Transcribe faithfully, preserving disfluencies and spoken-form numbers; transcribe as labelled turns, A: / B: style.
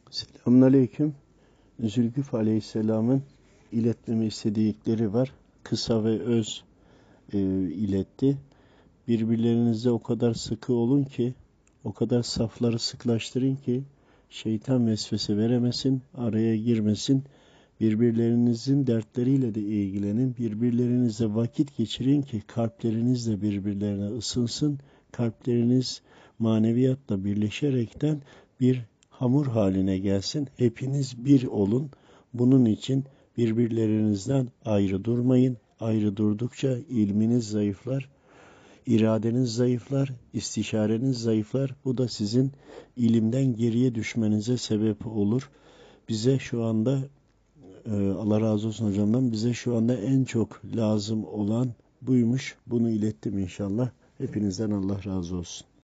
A: Selamünaleyküm. Zülküf Aleyhisselam'ın iletmemi istedikleri var. Kısa ve öz e, iletti. Birbirlerinize o kadar sıkı olun ki, o kadar safları sıklaştırın ki, şeytan vesvese veremesin, araya girmesin. Birbirlerinizin dertleriyle de ilgilenin. Birbirlerinize vakit geçirin ki kalpleriniz de birbirlerine ısınsın. Kalpleriniz maneviyatla birleşerekten bir hamur haline gelsin. Hepiniz bir olun. Bunun için birbirlerinizden ayrı durmayın. Ayrı durdukça ilminiz zayıflar, iradeniz zayıflar, istişareniz zayıflar. Bu da sizin ilimden geriye düşmenize sebep olur. Bize şu anda Ee, Allah razı olsun hocamdan. Bize şu anda en çok lazım olan buymuş. Bunu ilettim inşallah. Hepinizden Allah razı olsun.